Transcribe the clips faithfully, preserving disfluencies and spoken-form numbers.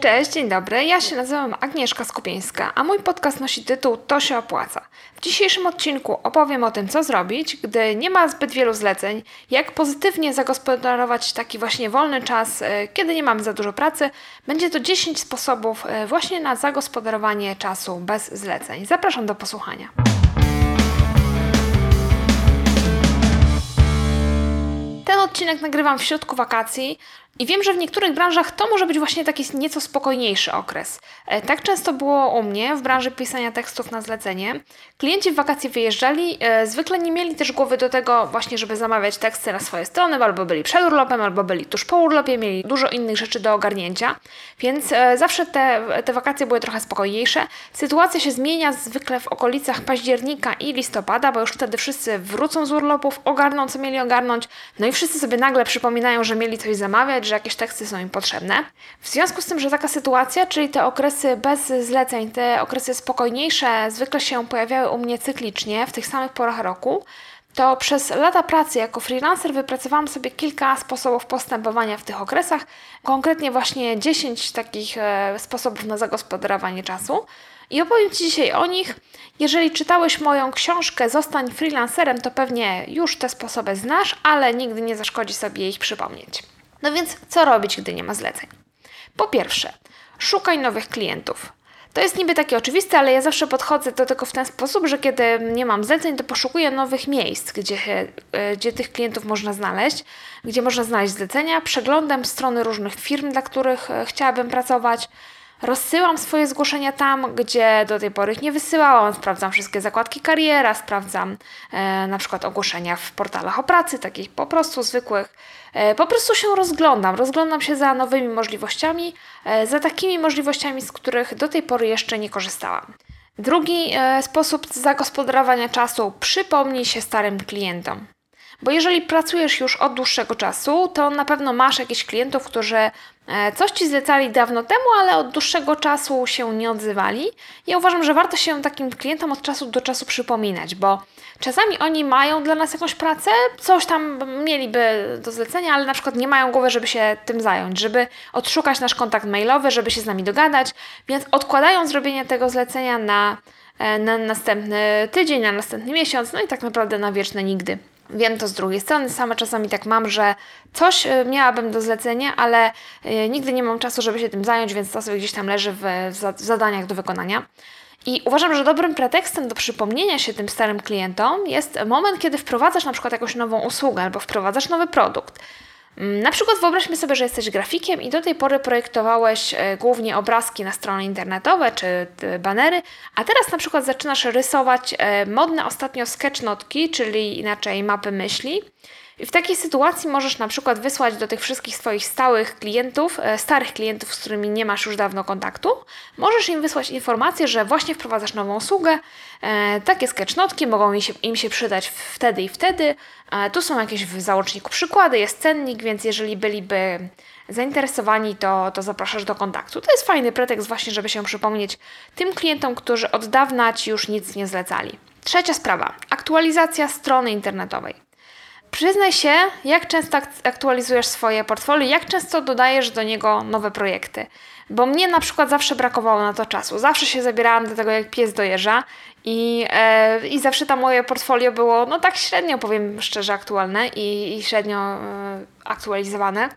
Cześć, dzień dobry, ja się nazywam Agnieszka Skupieńska, a mój podcast nosi tytuł To się opłaca. W dzisiejszym odcinku opowiem o tym, co zrobić, gdy nie ma zbyt wielu zleceń, jak pozytywnie zagospodarować taki właśnie wolny czas, kiedy nie mamy za dużo pracy. Będzie to dziesięć sposobów właśnie na zagospodarowanie czasu bez zleceń. Zapraszam do posłuchania. Ten odcinek nagrywam w środku wakacji i wiem, że w niektórych branżach to może być właśnie taki nieco spokojniejszy okres. Tak często było u mnie w branży pisania tekstów na zlecenie. Klienci w wakacje wyjeżdżali, zwykle nie mieli też głowy do tego właśnie, żeby zamawiać teksty na swoje strony, albo byli przed urlopem, albo byli tuż po urlopie, mieli dużo innych rzeczy do ogarnięcia, więc zawsze te, te wakacje były trochę spokojniejsze. Sytuacja się zmienia zwykle w okolicach października i listopada, bo już wtedy wszyscy wrócą z urlopów, ogarną co mieli ogarnąć, no i wszyscy sobie nagle przypominają, że mieli coś zamawiać, że jakieś teksty są im potrzebne. W związku z tym, że taka sytuacja, czyli te okresy bez zleceń, te okresy spokojniejsze zwykle się pojawiały u mnie cyklicznie w tych samych porach roku, to przez lata pracy jako freelancer wypracowałam sobie kilka sposobów postępowania w tych okresach, konkretnie właśnie dziesięć takich e, sposobów na zagospodarowanie czasu. I opowiem Ci dzisiaj o nich. Jeżeli czytałeś moją książkę Zostań freelancerem, to pewnie już te sposoby znasz, ale nigdy nie zaszkodzi sobie ich przypomnieć. No więc co robić, gdy nie ma zleceń? Po pierwsze, szukaj nowych klientów. To jest niby takie oczywiste, ale ja zawsze podchodzę do tego w ten sposób, że kiedy nie mam zleceń, to poszukuję nowych miejsc, gdzie, gdzie tych klientów można znaleźć, gdzie można znaleźć zlecenia, przeglądam strony różnych firm, dla których chciałabym pracować, rozsyłam swoje zgłoszenia tam, gdzie do tej pory ich nie wysyłałam, sprawdzam wszystkie zakładki kariera, sprawdzam e, na przykład ogłoszenia w portalach o pracy, takich po prostu zwykłych. E, po prostu się rozglądam, rozglądam się za nowymi możliwościami, e, za takimi możliwościami, z których do tej pory jeszcze nie korzystałam. Drugi e, sposób zagospodarowania czasu: przypomnij się starym klientom. Bo jeżeli pracujesz już od dłuższego czasu, to na pewno masz jakichś klientów, którzy coś Ci zlecali dawno temu, ale od dłuższego czasu się nie odzywali. Ja uważam, że warto się takim klientom od czasu do czasu przypominać, bo czasami oni mają dla nas jakąś pracę, coś tam mieliby do zlecenia, ale na przykład nie mają głowy, żeby się tym zająć, żeby odszukać nasz kontakt mailowy, żeby się z nami dogadać, więc odkładają zrobienie tego zlecenia na, na następny tydzień, na następny miesiąc, no i tak naprawdę na wieczne nigdy. Wiem to z drugiej strony, sama czasami tak mam, że coś miałabym do zlecenia, ale nigdy nie mam czasu, żeby się tym zająć, więc to sobie gdzieś tam leży w zadaniach do wykonania. I uważam, że dobrym pretekstem do przypomnienia się tym starym klientom jest moment, kiedy wprowadzasz na przykład jakąś nową usługę albo wprowadzasz nowy produkt. Na przykład wyobraźmy sobie, że jesteś grafikiem i do tej pory projektowałeś głównie obrazki na strony internetowe czy banery, a teraz na przykład zaczynasz rysować modne ostatnio sketchnotki, czyli inaczej mapy myśli. I w takiej sytuacji możesz na przykład wysłać do tych wszystkich swoich stałych klientów, starych klientów, z którymi nie masz już dawno kontaktu, możesz im wysłać informację, że właśnie wprowadzasz nową usługę, e, takie sketchnotki mogą im się, im się przydać wtedy i wtedy. E, tu są jakieś w załączniku przykłady, jest cennik, więc jeżeli byliby zainteresowani, to, to zapraszasz do kontaktu. To jest fajny pretekst właśnie, żeby się przypomnieć tym klientom, którzy od dawna Ci już nic nie zlecali. Trzecia sprawa. Aktualizacja strony internetowej. Przyznaj się, jak często aktualizujesz swoje portfolio, jak często dodajesz do niego nowe projekty. Bo mnie na przykład zawsze brakowało na to czasu. Zawsze się zabierałam do tego jak pies do jeża i, e, i zawsze tam moje portfolio było, no tak średnio, powiem szczerze, aktualne i, i średnio e, aktualizowane.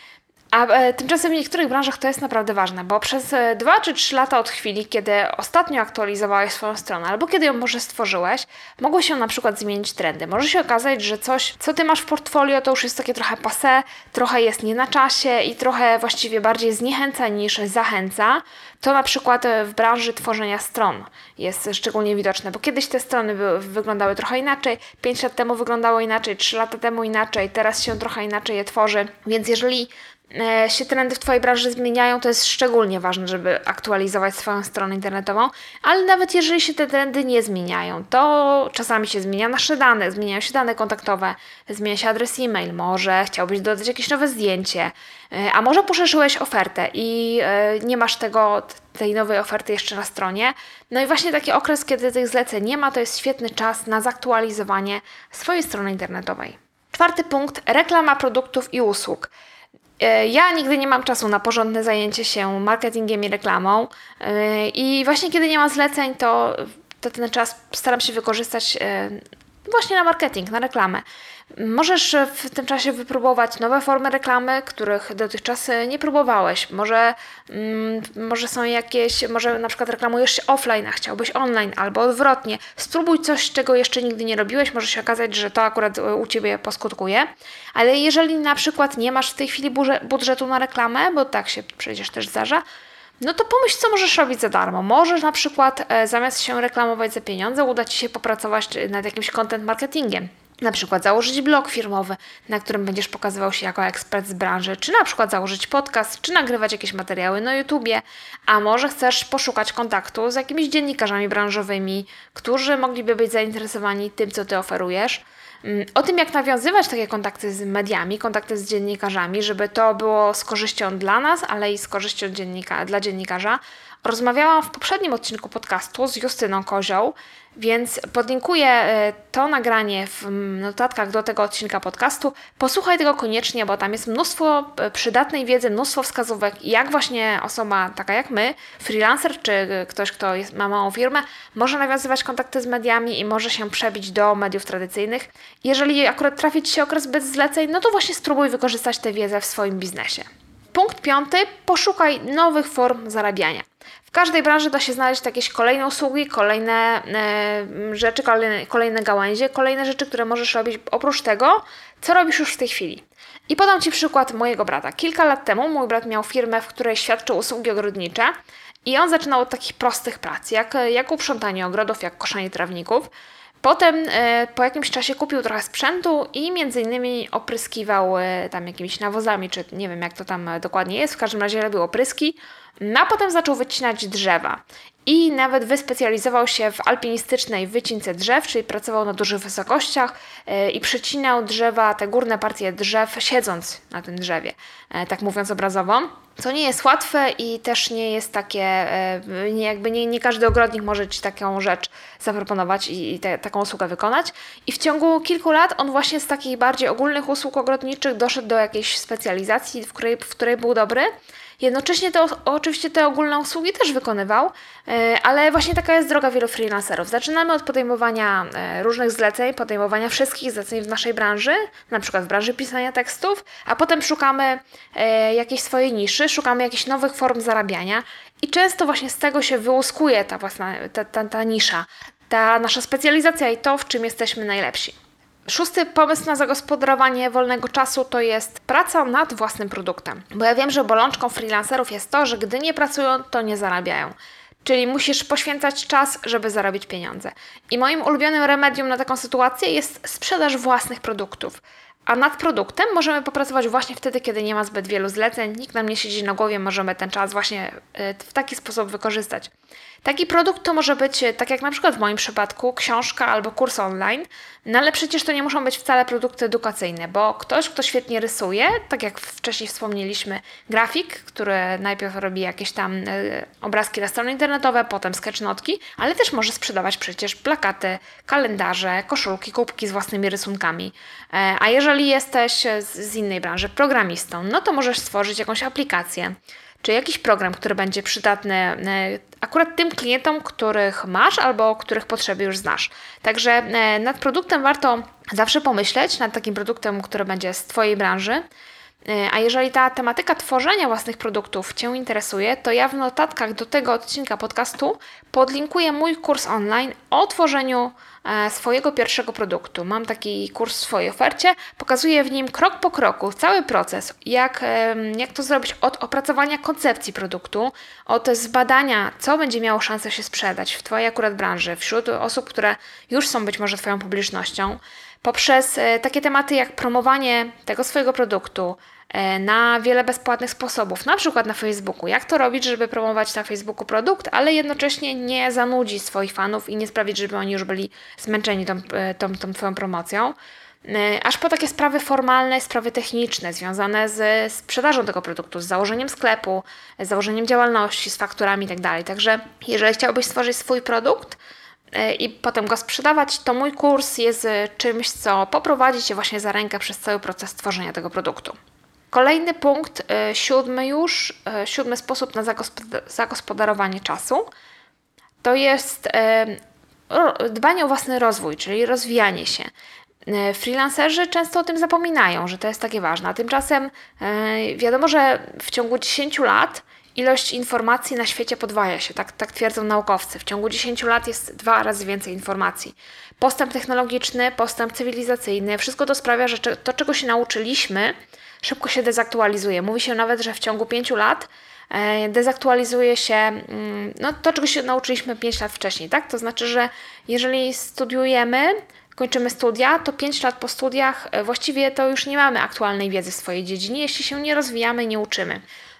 A e, tymczasem w niektórych branżach to jest naprawdę ważne, bo przez e, dwa czy trzy lata od chwili, kiedy ostatnio aktualizowałeś swoją stronę albo kiedy ją może stworzyłeś, mogły się na przykład zmienić trendy. Może się okazać, że coś, co Ty masz w portfolio, to już jest takie trochę passé, trochę jest nie na czasie i trochę właściwie bardziej zniechęca niż zachęca. To na przykład w branży tworzenia stron jest szczególnie widoczne, bo kiedyś te strony były, wyglądały trochę inaczej, pięć lat temu wyglądało inaczej, trzy lata temu inaczej, teraz się trochę inaczej je tworzy, więc jeżeli się trendy w Twojej branży zmieniają, to jest szczególnie ważne, żeby aktualizować swoją stronę internetową, ale nawet jeżeli się te trendy nie zmieniają, to czasami się zmienia nasze dane, zmieniają się dane kontaktowe, zmienia się adres e-mail, może chciałbyś dodać jakieś nowe zdjęcie, a może poszerzyłeś ofertę i nie masz tego, tej nowej oferty jeszcze na stronie. No i właśnie taki okres, kiedy tych zleceń nie ma, to jest świetny czas na zaktualizowanie swojej strony internetowej. Czwarty punkt, reklama produktów i usług. Ja nigdy nie mam czasu na porządne zajęcie się marketingiem i reklamą i właśnie kiedy nie mam zleceń, to, to ten czas staram się wykorzystać właśnie na marketing, na reklamę. Możesz w tym czasie wypróbować nowe formy reklamy, których dotychczas nie próbowałeś. Może, mm, może są jakieś, może na przykład reklamujesz się offline, a chciałbyś online, albo odwrotnie. Spróbuj coś, czego jeszcze nigdy nie robiłeś, może się okazać, że to akurat u Ciebie poskutkuje. Ale jeżeli na przykład nie masz w tej chwili budżetu na reklamę, bo tak się przecież też zdarza, no to pomyśl, co możesz robić za darmo. Możesz na przykład e, zamiast się reklamować za pieniądze, uda Ci się popracować nad jakimś content marketingiem. Na przykład założyć blog firmowy, na którym będziesz pokazywał się jako ekspert z branży, czy na przykład założyć podcast, czy nagrywać jakieś materiały na YouTubie, a może chcesz poszukać kontaktu z jakimiś dziennikarzami branżowymi, którzy mogliby być zainteresowani tym, co Ty oferujesz. O tym, jak nawiązywać takie kontakty z mediami, kontakty z dziennikarzami, żeby to było z korzyścią dla nas, ale i z korzyścią dziennika, dla dziennikarza, rozmawiałam w poprzednim odcinku podcastu z Justyną Kozią, więc podlinkuję to nagranie w notatkach do tego odcinka podcastu. Posłuchaj tego koniecznie, bo tam jest mnóstwo przydatnej wiedzy, mnóstwo wskazówek, jak właśnie osoba taka jak my, freelancer czy ktoś, kto jest, ma małą firmę, może nawiązywać kontakty z mediami i może się przebić do mediów tradycyjnych. Jeżeli akurat trafi Ci się okres bez zleceń, no to właśnie spróbuj wykorzystać tę wiedzę w swoim biznesie. Punkt piąty. Poszukaj nowych form zarabiania. W każdej branży da się znaleźć jakieś kolejne usługi, kolejne e, rzeczy, kolejne, kolejne gałęzie, kolejne rzeczy, które możesz robić oprócz tego, co robisz już w tej chwili. I podam Ci przykład mojego brata. Kilka lat temu mój brat miał firmę, w której świadczył usługi ogrodnicze i on zaczynał od takich prostych prac, jak, jak uprzątanie ogrodów, jak koszenie trawników. Potem e, po jakimś czasie kupił trochę sprzętu i między innymi opryskiwał e, tam jakimiś nawozami, czy nie wiem jak to tam dokładnie jest, w każdym razie robił opryski, no a potem zaczął wycinać drzewa i nawet wyspecjalizował się w alpinistycznej wycince drzew, czyli pracował na dużych wysokościach e, i przecinał drzewa, te górne partie drzew siedząc na tym drzewie, e, tak mówiąc obrazowo. Co nie jest łatwe i też nie jest takie, nie, jakby nie, nie każdy ogrodnik może Ci taką rzecz zaproponować i, i te, taką usługę wykonać. I w ciągu kilku lat on właśnie z takich bardziej ogólnych usług ogrodniczych doszedł do jakiejś specjalizacji, w której, w której był dobry. Jednocześnie to oczywiście te ogólne usługi też wykonywał, ale właśnie taka jest droga wielu freelancerów. Zaczynamy od podejmowania różnych zleceń, podejmowania wszystkich zleceń w naszej branży, na przykład w branży pisania tekstów, a potem szukamy jakiejś swojej niszy, szukamy jakichś nowych form zarabiania i często właśnie z tego się wyłuskuje ta własna, ta, ta, ta nisza, ta nasza specjalizacja i to, w czym jesteśmy najlepsi. Szósty pomysł na zagospodarowanie wolnego czasu to jest praca nad własnym produktem. Bo ja wiem, że bolączką freelancerów jest to, że gdy nie pracują, to nie zarabiają. Czyli musisz poświęcać czas, żeby zarobić pieniądze. I moim ulubionym remedium na taką sytuację jest sprzedaż własnych produktów. A nad produktem możemy popracować właśnie wtedy, kiedy nie ma zbyt wielu zleceń, nikt nam nie siedzi na głowie, możemy ten czas właśnie w taki sposób wykorzystać. Taki produkt to może być, tak jak na przykład w moim przypadku, książka albo kurs online, no ale przecież to nie muszą być wcale produkty edukacyjne, bo ktoś, kto świetnie rysuje, tak jak wcześniej wspomnieliśmy, grafik, który najpierw robi jakieś tam y, obrazki na strony internetowe, potem sketchnotki, ale też może sprzedawać przecież plakaty, kalendarze, koszulki, kubki z własnymi rysunkami. E, a jeżeli jesteś z, z innej branży, programistą, no to możesz stworzyć jakąś aplikację, czy jakiś program, który będzie przydatny akurat tym klientom, których masz albo których potrzeby już znasz. Także nad produktem warto zawsze pomyśleć, nad takim produktem, który będzie z Twojej branży. A jeżeli ta tematyka tworzenia własnych produktów Cię interesuje, to ja w notatkach do tego odcinka podcastu podlinkuję mój kurs online o tworzeniu swojego pierwszego produktu. Mam taki kurs w swojej ofercie, pokazuję w nim krok po kroku cały proces, jak, jak to zrobić od opracowania koncepcji produktu, od zbadania, co będzie miało szansę się sprzedać w Twojej akurat branży, wśród osób, które już są być może Twoją publicznością, poprzez takie tematy jak promowanie tego swojego produktu na wiele bezpłatnych sposobów, na przykład na Facebooku. Jak to robić, żeby promować na Facebooku produkt, ale jednocześnie nie zanudzić swoich fanów i nie sprawić, żeby oni już byli zmęczeni tą, tą, tą Twoją promocją. Aż po takie sprawy formalne, sprawy techniczne związane z sprzedażą tego produktu, z założeniem sklepu, z założeniem działalności, z fakturami itd. Także jeżeli chciałbyś stworzyć swój produkt i potem go sprzedawać, to mój kurs jest czymś, co poprowadzi Cię właśnie za rękę przez cały proces tworzenia tego produktu. Kolejny punkt, y, siódmy już, y, siódmy sposób na zagospodar- zagospodarowanie czasu, to jest y, dbanie o własny rozwój, czyli rozwijanie się. Y, freelancerzy często o tym zapominają, że to jest takie ważne, a tymczasem y, wiadomo, że w ciągu dziesięciu lat ilość informacji na świecie podwaja się, tak, tak twierdzą naukowcy. W ciągu dziesięciu lat jest dwa razy więcej informacji. Postęp technologiczny, postęp cywilizacyjny, wszystko to sprawia, że to, czego się nauczyliśmy, szybko się dezaktualizuje. Mówi się nawet, że w ciągu pięciu lat e, dezaktualizuje się mm, no, to, czego się nauczyliśmy pięć lat wcześniej. Tak? To znaczy, że jeżeli studiujemy, kończymy studia, to pięć lat po studiach e, właściwie to już nie mamy aktualnej wiedzy w swojej dziedzinie, jeśli się nie rozwijamy i nie uczymy.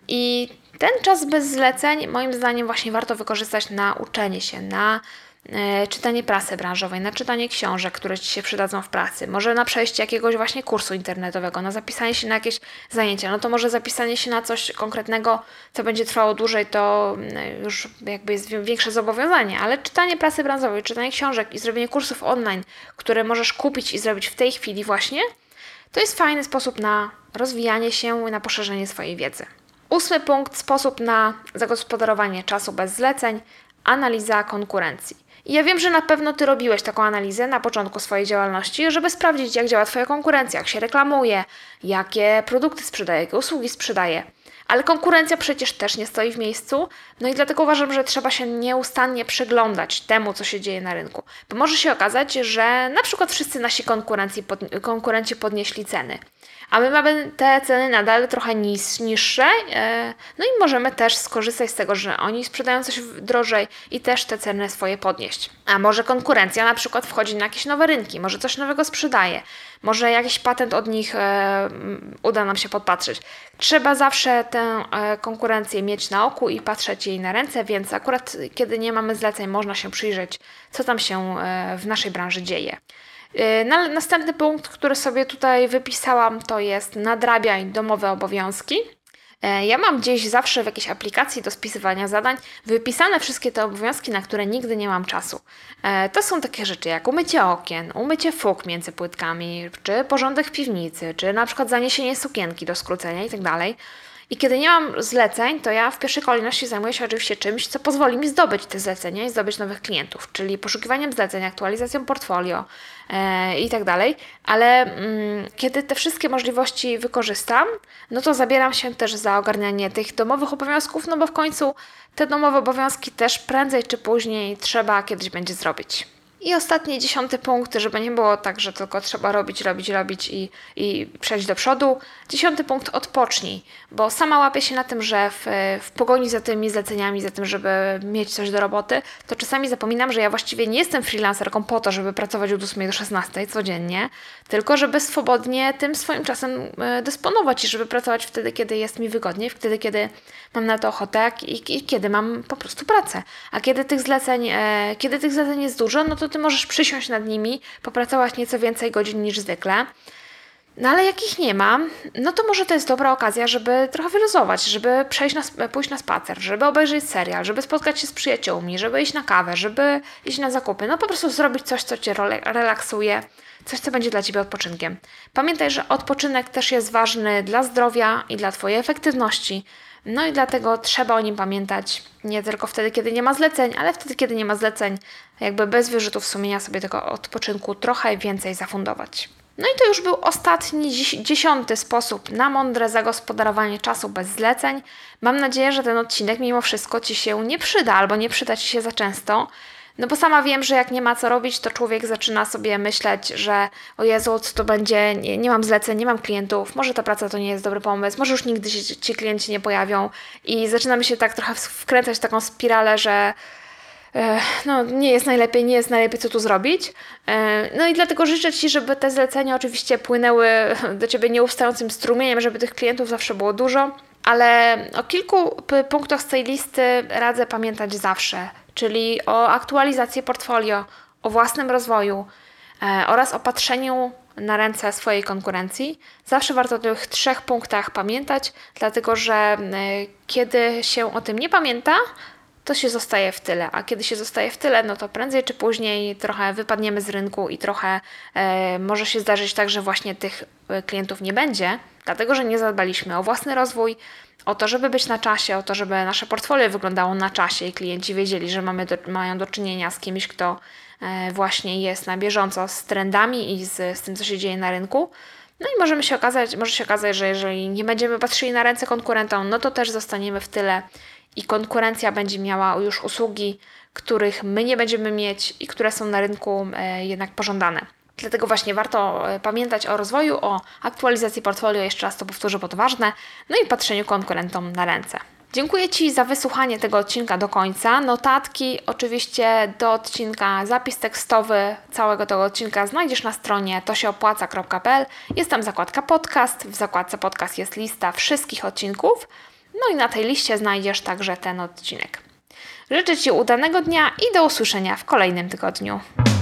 I ten czas bez zleceń, moim zdaniem, właśnie warto wykorzystać na uczenie się, na e, czytanie prasy branżowej, na czytanie książek, które Ci się przydadzą w pracy, może na przejście jakiegoś właśnie kursu internetowego, na zapisanie się na jakieś zajęcia. No to może zapisanie się na coś konkretnego, co będzie trwało dłużej, to już jakby jest większe zobowiązanie, ale czytanie prasy branżowej, czytanie książek i zrobienie kursów online, które możesz kupić i zrobić w tej chwili właśnie, to jest fajny sposób na rozwijanie się i na poszerzenie swojej wiedzy. Ósmy punkt, sposób na zagospodarowanie czasu bez zleceń, analiza konkurencji. I ja wiem, że na pewno Ty robiłeś taką analizę na początku swojej działalności, żeby sprawdzić, jak działa Twoja konkurencja, jak się reklamuje, jakie produkty sprzedaje, jakie usługi sprzedaje. Ale konkurencja przecież też nie stoi w miejscu, no i dlatego uważam, że trzeba się nieustannie przyglądać temu, co się dzieje na rynku. Bo może się okazać, że na przykład wszyscy nasi konkurenci, pod, konkurenci podnieśli ceny, a my mamy te ceny nadal trochę nis, niższe, e, no i możemy też skorzystać z tego, że oni sprzedają coś drożej i też te ceny swoje podnieść. A może konkurencja na przykład wchodzi na jakieś nowe rynki, może coś nowego sprzedaje, może jakiś patent od nich e, uda nam się podpatrzeć. Trzeba zawsze tę e, konkurencję mieć na oku i patrzeć jej na ręce, więc akurat kiedy nie mamy zleceń, można się przyjrzeć, co tam się e, w naszej branży dzieje. Następny punkt, który sobie tutaj wypisałam, to jest nadrabiaj domowe obowiązki. Ja mam gdzieś zawsze w jakiejś aplikacji do spisywania zadań wypisane wszystkie te obowiązki, na które nigdy nie mam czasu. To są takie rzeczy jak umycie okien, umycie fug między płytkami, czy porządek w piwnicy, czy na przykład zaniesienie sukienki do skrócenia itd. I kiedy nie mam zleceń, to ja w pierwszej kolejności zajmuję się oczywiście czymś, co pozwoli mi zdobyć te zlecenia i zdobyć nowych klientów, czyli poszukiwaniem zleceń, aktualizacją portfolio e, i tak dalej. Ale mm, kiedy te wszystkie możliwości wykorzystam, no to zabieram się też za ogarnianie tych domowych obowiązków, no bo w końcu te domowe obowiązki też prędzej czy później trzeba kiedyś będzie zrobić. I ostatni, dziesiąty punkt, żeby nie było tak, że tylko trzeba robić, robić, robić i, i przejść do przodu. Dziesiąty punkt, odpocznij, bo sama łapię się na tym, że w, w pogoni za tymi zleceniami, za tym, żeby mieć coś do roboty, to czasami zapominam, że ja właściwie nie jestem freelancerką po to, żeby pracować od ósmej do szesnastej codziennie, tylko żeby swobodnie tym swoim czasem dysponować i żeby pracować wtedy, kiedy jest mi wygodniej, wtedy, kiedy mam na to ochotę i, i kiedy mam po prostu pracę. A kiedy tych zleceń, e, kiedy tych zleceń jest dużo, no to Ty możesz przysiąść nad nimi, popracować nieco więcej godzin niż zwykle. No ale jak ich nie ma, no to może to jest dobra okazja, żeby trochę wyluzować, żeby przejść na, pójść na spacer, żeby obejrzeć serial, żeby spotkać się z przyjaciółmi, żeby iść na kawę, żeby iść na zakupy. No po prostu zrobić coś, co Cię relaksuje, coś, co będzie dla Ciebie odpoczynkiem. Pamiętaj, że odpoczynek też jest ważny dla zdrowia i dla Twojej efektywności. No i dlatego trzeba o nim pamiętać nie tylko wtedy, kiedy nie ma zleceń, ale wtedy, kiedy nie ma zleceń, jakby bez wyrzutów sumienia sobie tego odpoczynku trochę więcej zafundować. No i to już był ostatni, dziesiąty sposób na mądre zagospodarowanie czasu bez zleceń. Mam nadzieję, że ten odcinek mimo wszystko Ci się nie przyda albo nie przyda Ci się za często. No bo sama wiem, że jak nie ma co robić, to człowiek zaczyna sobie myśleć, że o Jezu, co to będzie, nie, nie mam zleceń, nie mam klientów, może ta praca to nie jest dobry pomysł, może już nigdy się ci klienci nie pojawią i zaczynamy się tak trochę wkręcać w taką spiralę, że e, no nie jest najlepiej, nie jest najlepiej, co tu zrobić. E, no i dlatego życzę Ci, żeby te zlecenia oczywiście płynęły do Ciebie nieustającym strumieniem, żeby tych klientów zawsze było dużo, ale o kilku p- punktach z tej listy radzę pamiętać zawsze, czyli o aktualizacji portfolio, o własnym rozwoju e, oraz o patrzeniu na ręce swojej konkurencji. Zawsze warto o tych trzech punktach pamiętać, dlatego że e, kiedy się o tym nie pamięta, to się zostaje w tyle. A kiedy się zostaje w tyle, no to prędzej czy później trochę wypadniemy z rynku i trochę e, może się zdarzyć tak, że właśnie tych klientów nie będzie, dlatego że nie zadbaliśmy o własny rozwój, o to, żeby być na czasie, o to, żeby nasze portfolio wyglądało na czasie i klienci wiedzieli, że mamy do, mają do czynienia z kimś, kto e, właśnie jest na bieżąco z trendami i z, z tym, co się dzieje na rynku. No i możemy się okazać, może się okazać, że jeżeli nie będziemy patrzyli na ręce konkurentom, no to też zostaniemy w tyle i konkurencja będzie miała już usługi, których my nie będziemy mieć i które są na rynku e, jednak pożądane. Dlatego właśnie warto e, pamiętać o rozwoju, o aktualizacji portfolio, jeszcze raz to powtórzę, bo to ważne, no i patrzeniu konkurentom na ręce. Dziękuję Ci za wysłuchanie tego odcinka do końca. Notatki oczywiście do odcinka, zapis tekstowy całego tego odcinka znajdziesz na stronie tosieopłaca kropka p l. Jest tam zakładka podcast, w zakładce podcast jest lista wszystkich odcinków, no i na tej liście znajdziesz także ten odcinek. Życzę Ci udanego dnia i do usłyszenia w kolejnym tygodniu.